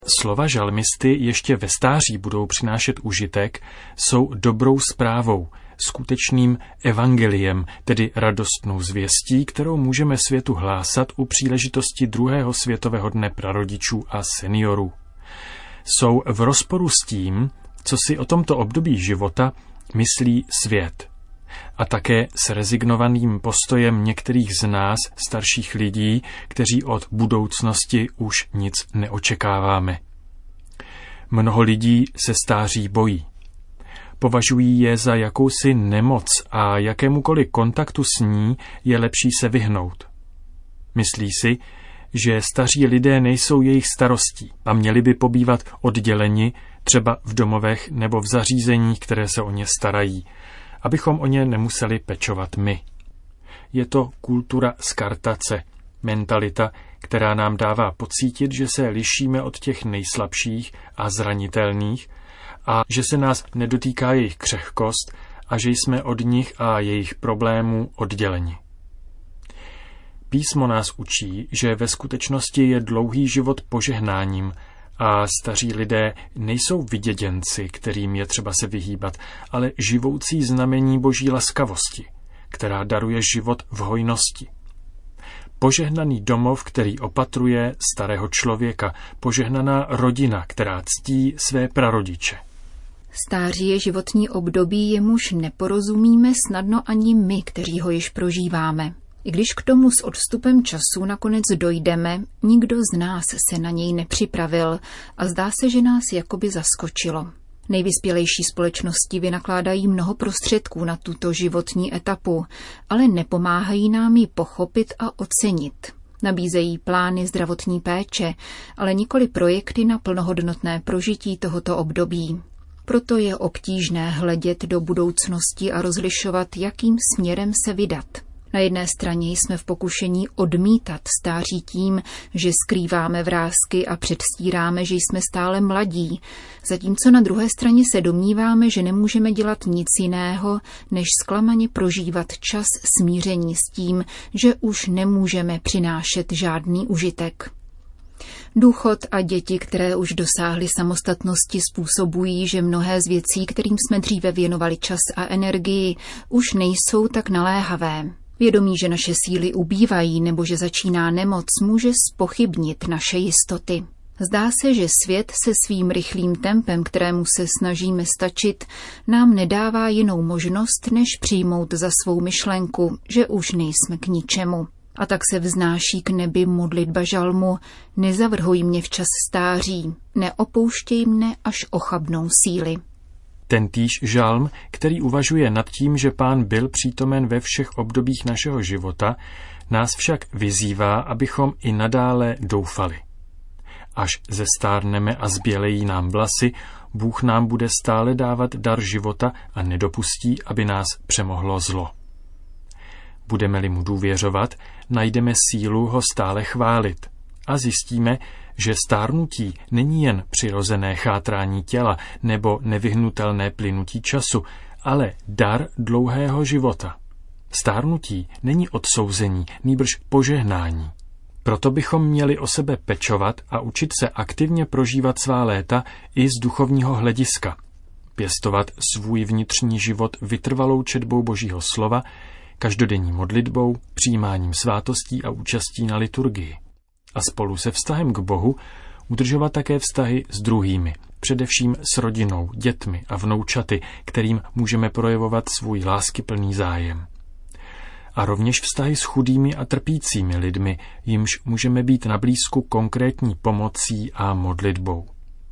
Slova žalmisty ještě ve stáří budou přinášet užitek, jsou dobrou zprávou, skutečným evangeliem, tedy radostnou zvěstí, kterou můžeme světu hlásat u příležitosti druhého světového dne prarodičů a seniorů. Jsou v rozporu s tím, co si o tomto období života myslí svět. A také s rezignovaným postojem některých z nás, starších lidí, kteří od budoucnosti už nic neočekáváme. Mnoho lidí se stáří bojí. Považují je za jakousi nemoc a jakémukoliv kontaktu s ní je lepší se vyhnout. Myslí si, že staří lidé nejsou jejich starostí a měli by pobývat odděleni, třeba v domovech nebo v zařízeních, které se o ně starají, abychom o ně nemuseli pečovat my. Je to kultura skartace, mentalita, která nám dává pocítit, že se lišíme od těch nejslabších a zranitelných a že se nás nedotýká jejich křehkost a že jsme od nich a jejich problémů odděleni. Písmo nás učí, že ve skutečnosti je dlouhý život požehnáním a staří lidé nejsou vyděděnci, kterým je třeba se vyhýbat, ale živoucí znamení Boží laskavosti, která daruje život v hojnosti. Požehnaný domov, který opatruje starého člověka, požehnaná rodina, která ctí své prarodiče. Stáří je životní období, jemuž neporozumíme snadno ani my, kteří ho již prožíváme. I když k tomu s odstupem času nakonec dojdeme, nikdo z nás se na něj nepřipravil a zdá se, že nás jakoby zaskočilo. Nejvyspělejší společnosti vynakládají mnoho prostředků na tuto životní etapu, ale nepomáhají nám ji pochopit a ocenit. Nabízejí plány zdravotní péče, ale nikoli projekty na plnohodnotné prožití tohoto období. Proto je obtížné hledět do budoucnosti a rozlišovat, jakým směrem se vydat. Na jedné straně jsme v pokušení odmítat stáří tím, že skrýváme vrásky a předstíráme, že jsme stále mladí, zatímco na druhé straně se domníváme, že nemůžeme dělat nic jiného, než zklamaně prožívat čas smíření s tím, že už nemůžeme přinášet žádný užitek. Důchod a děti, které už dosáhly samostatnosti, způsobují, že mnohé z věcí, kterým jsme dříve věnovali čas a energii, už nejsou tak naléhavé. Vědomí, že naše síly ubývají nebo že začíná nemoc, může zpochybnit naše jistoty. Zdá se, že svět se svým rychlým tempem, kterému se snažíme stačit, nám nedává jinou možnost, než přijmout za svou myšlenku, že už nejsme k ničemu. A tak se vznáší k nebi modlitba žalmu: nezavrhuj mě včas stáří, neopouštěj mne, až ochabnou síly. Tentýž žalm, který uvažuje nad tím, že Pán byl přítomen ve všech obdobích našeho života, nás však vyzývá, abychom i nadále doufali. Až zestárneme a zbělejí nám vlasy, Bůh nám bude stále dávat dar života a nedopustí, aby nás přemohlo zlo. Budeme-li mu důvěřovat, najdeme sílu ho stále chválit a zjistíme, že stárnutí není jen přirozené chátrání těla nebo nevyhnutelné plynutí času, ale dar dlouhého života. Stárnutí není odsouzení, nýbrž požehnání. Proto bychom měli o sebe pečovat a učit se aktivně prožívat svá léta i z duchovního hlediska. Pěstovat svůj vnitřní život vytrvalou četbou Božího slova, každodenní modlitbou, přijímáním svátostí a účastí na liturgii. A spolu se vztahem k Bohu udržovat také vztahy s druhými, především s rodinou, dětmi a vnoučaty, kterým můžeme projevovat svůj láskyplný zájem. A rovněž vztahy s chudými a trpícími lidmi, jimž můžeme být na blízku konkrétní pomocí a modlitbou.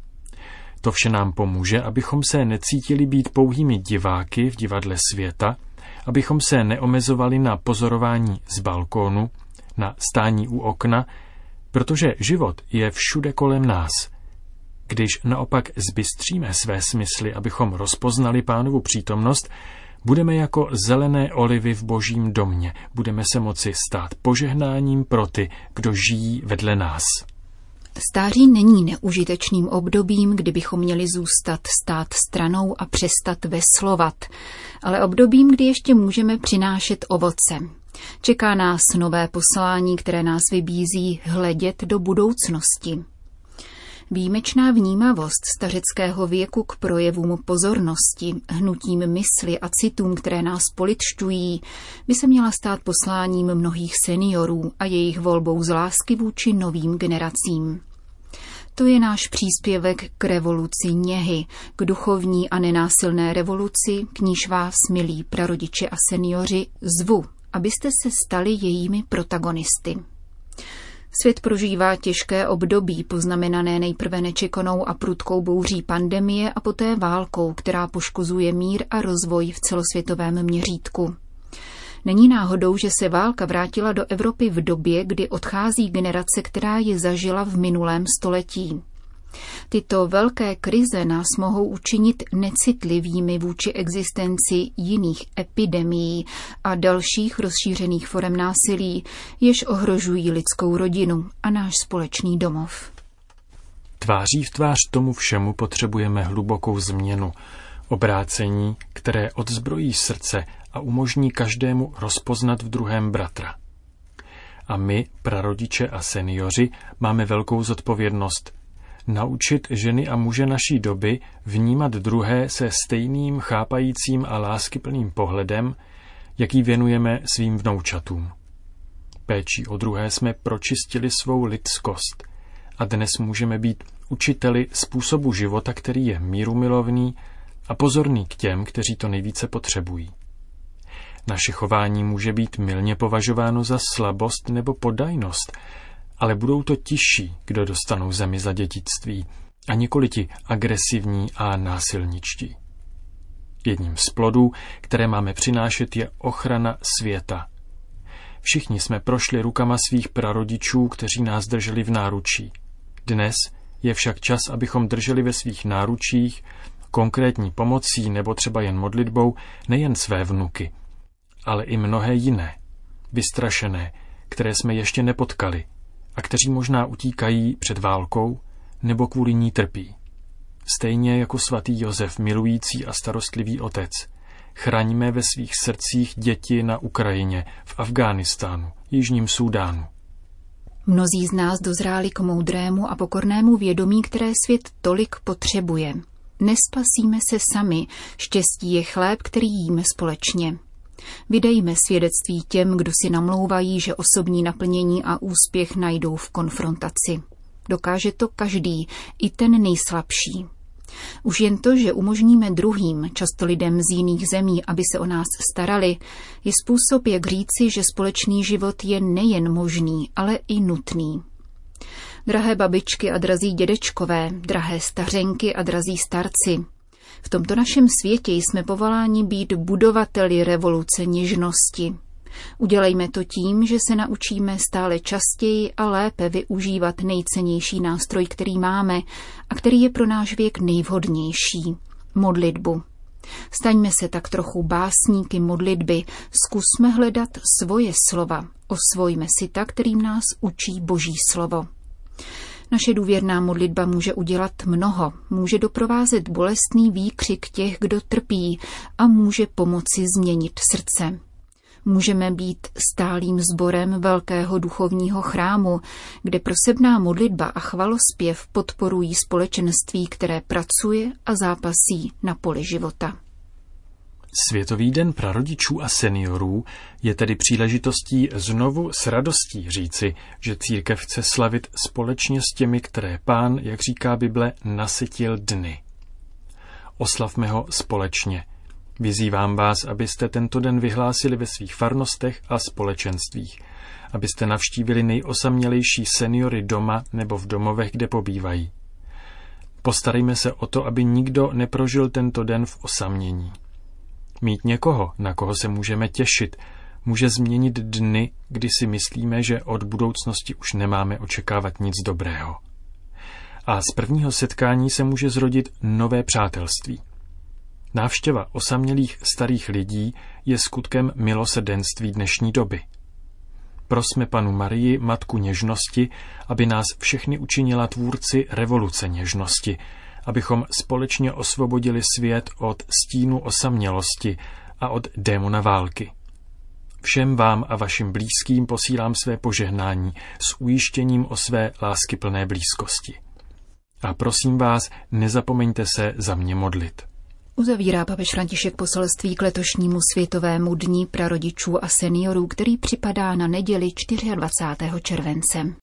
To vše nám pomůže, abychom se necítili být pouhými diváky v divadle světa, abychom se neomezovali na pozorování z balkónu, na stání u okna, protože život je všude kolem nás. Když naopak zbystříme své smysly, abychom rozpoznali Pánovu přítomnost, budeme jako zelené olivy v Božím domě, budeme se moci stát požehnáním pro ty, kdo žijí vedle nás. Stáří není neužitečným obdobím, kdybychom měli stát stranou a přestat veslovat, ale obdobím, kdy ještě můžeme přinášet ovoce. Čeká nás nové poslání, které nás vybízí hledět do budoucnosti. Výjimečná vnímavost stařeckého věku k projevům pozornosti, hnutím mysli a citům, které nás polidšťují, by se měla stát posláním mnohých seniorů a jejich volbou z lásky vůči novým generacím. To je náš příspěvek k revoluci něhy, k duchovní a nenásilné revoluci, k níž vás, milí prarodiče a seniori, zvu, abyste se stali jejími protagonisty. Svět prožívá těžké období, poznamenané nejprve nečekanou a prudkou bouří pandemie a poté válkou, která poškozuje mír a rozvoj v celosvětovém měřítku. Není náhodou, že se válka vrátila do Evropy v době, kdy odchází generace, která ji zažila v minulém století. Tyto velké krize nás mohou učinit necitlivými vůči existenci jiných epidemií a dalších rozšířených forem násilí, jež ohrožují lidskou rodinu a náš společný domov. Tváří v tvář tomu všemu potřebujeme hlubokou změnu, obrácení, které odzbrojí srdce a umožní každému rozpoznat v druhém bratra. A my, prarodiče a seniori, máme velkou zodpovědnost naučit ženy a muže naší doby vnímat druhé se stejným chápajícím a láskyplným pohledem, jaký věnujeme svým vnoučatům. Péčí o druhé jsme pročistili svou lidskost a dnes můžeme být učiteli způsobu života, který je mírumilovný a pozorný k těm, kteří to nejvíce potřebují. Naše chování může být mylně považováno za slabost nebo podajnost, ale budou to tiší, kdo dostanou zemi za dědictví, a nikoli ti agresivní a násilničtí. Jedním z plodů, které máme přinášet, je ochrana světa. Všichni jsme prošli rukama svých prarodičů, kteří nás drželi v náručí. Dnes je však čas, abychom drželi ve svých náručích konkrétní pomocí nebo třeba jen modlitbou nejen své vnuky, ale i mnohé jiné, vystrašené, které jsme ještě nepotkali a kteří možná utíkají před válkou nebo kvůli ní trpí. Stejně jako svatý Josef, milující a starostlivý otec, chraňme ve svých srdcích děti na Ukrajině, v Afghánistánu, Jižním Súdánu. Mnozí z nás dozráli k moudrému a pokornému vědomí, které svět tolik potřebuje. Nespasíme se sami, štěstí je chléb, který jíme společně. Vydejme svědectví těm, kdo si namlouvají, že osobní naplnění a úspěch najdou v konfrontaci. Dokáže to každý, i ten nejslabší. Už jen to, že umožníme druhým, často lidem z jiných zemí, aby se o nás starali, je způsob, jak říci, že společný život je nejen možný, ale i nutný. Drahé babičky a drazí dědečkové, drahé stařenky a drazí starci, v tomto našem světě jsme povoláni být budovateli revoluce něžnosti. Udělejme to tím, že se naučíme stále častěji a lépe využívat nejcennější nástroj, který máme a který je pro náš věk nejvhodnější – modlitbu. Staňme se tak trochu básníky modlitby, zkusme hledat svoje slova, osvojme si ta, kterým nás učí Boží slovo. Naše důvěrná modlitba může udělat mnoho, může doprovázet bolestný výkřik těch, kdo trpí a může pomoci změnit srdce. Můžeme být stálým sborem velkého duchovního chrámu, kde prosebná modlitba a chvalospěv podporují společenství, které pracuje a zápasí na poli života. Světový den prarodičů a seniorů je tedy příležitostí znovu s radostí říci, že církev chce slavit společně s těmi, které Pán, jak říká Bible, nasytil dny. Oslavme ho společně. Vyzývám vás, abyste tento den vyhlásili ve svých farnostech a společenstvích, abyste navštívili nejosamělejší seniory doma nebo v domovech, kde pobývají. Postarejme se o to, aby nikdo neprožil tento den v osamění. Mít někoho, na koho se můžeme těšit, může změnit dny, kdy si myslíme, že od budoucnosti už nemáme očekávat nic dobrého. A z prvního setkání se může zrodit nové přátelství. Návštěva osamělých starých lidí je skutkem milosrdenství dnešní doby. Prosme Panu Marii, Matku něžnosti, aby nás všechny učinila tvůrci revoluce něžnosti, abychom společně osvobodili svět od stínu osamělosti a od démona války. Všem vám a vašim blízkým posílám své požehnání s ujištěním o své láskyplné blízkosti. A prosím vás, nezapomeňte se za mě modlit. Uzavírá papež František poselství k letošnímu Světovému dni prarodičů a seniorů, který připadá na neděli 24. července.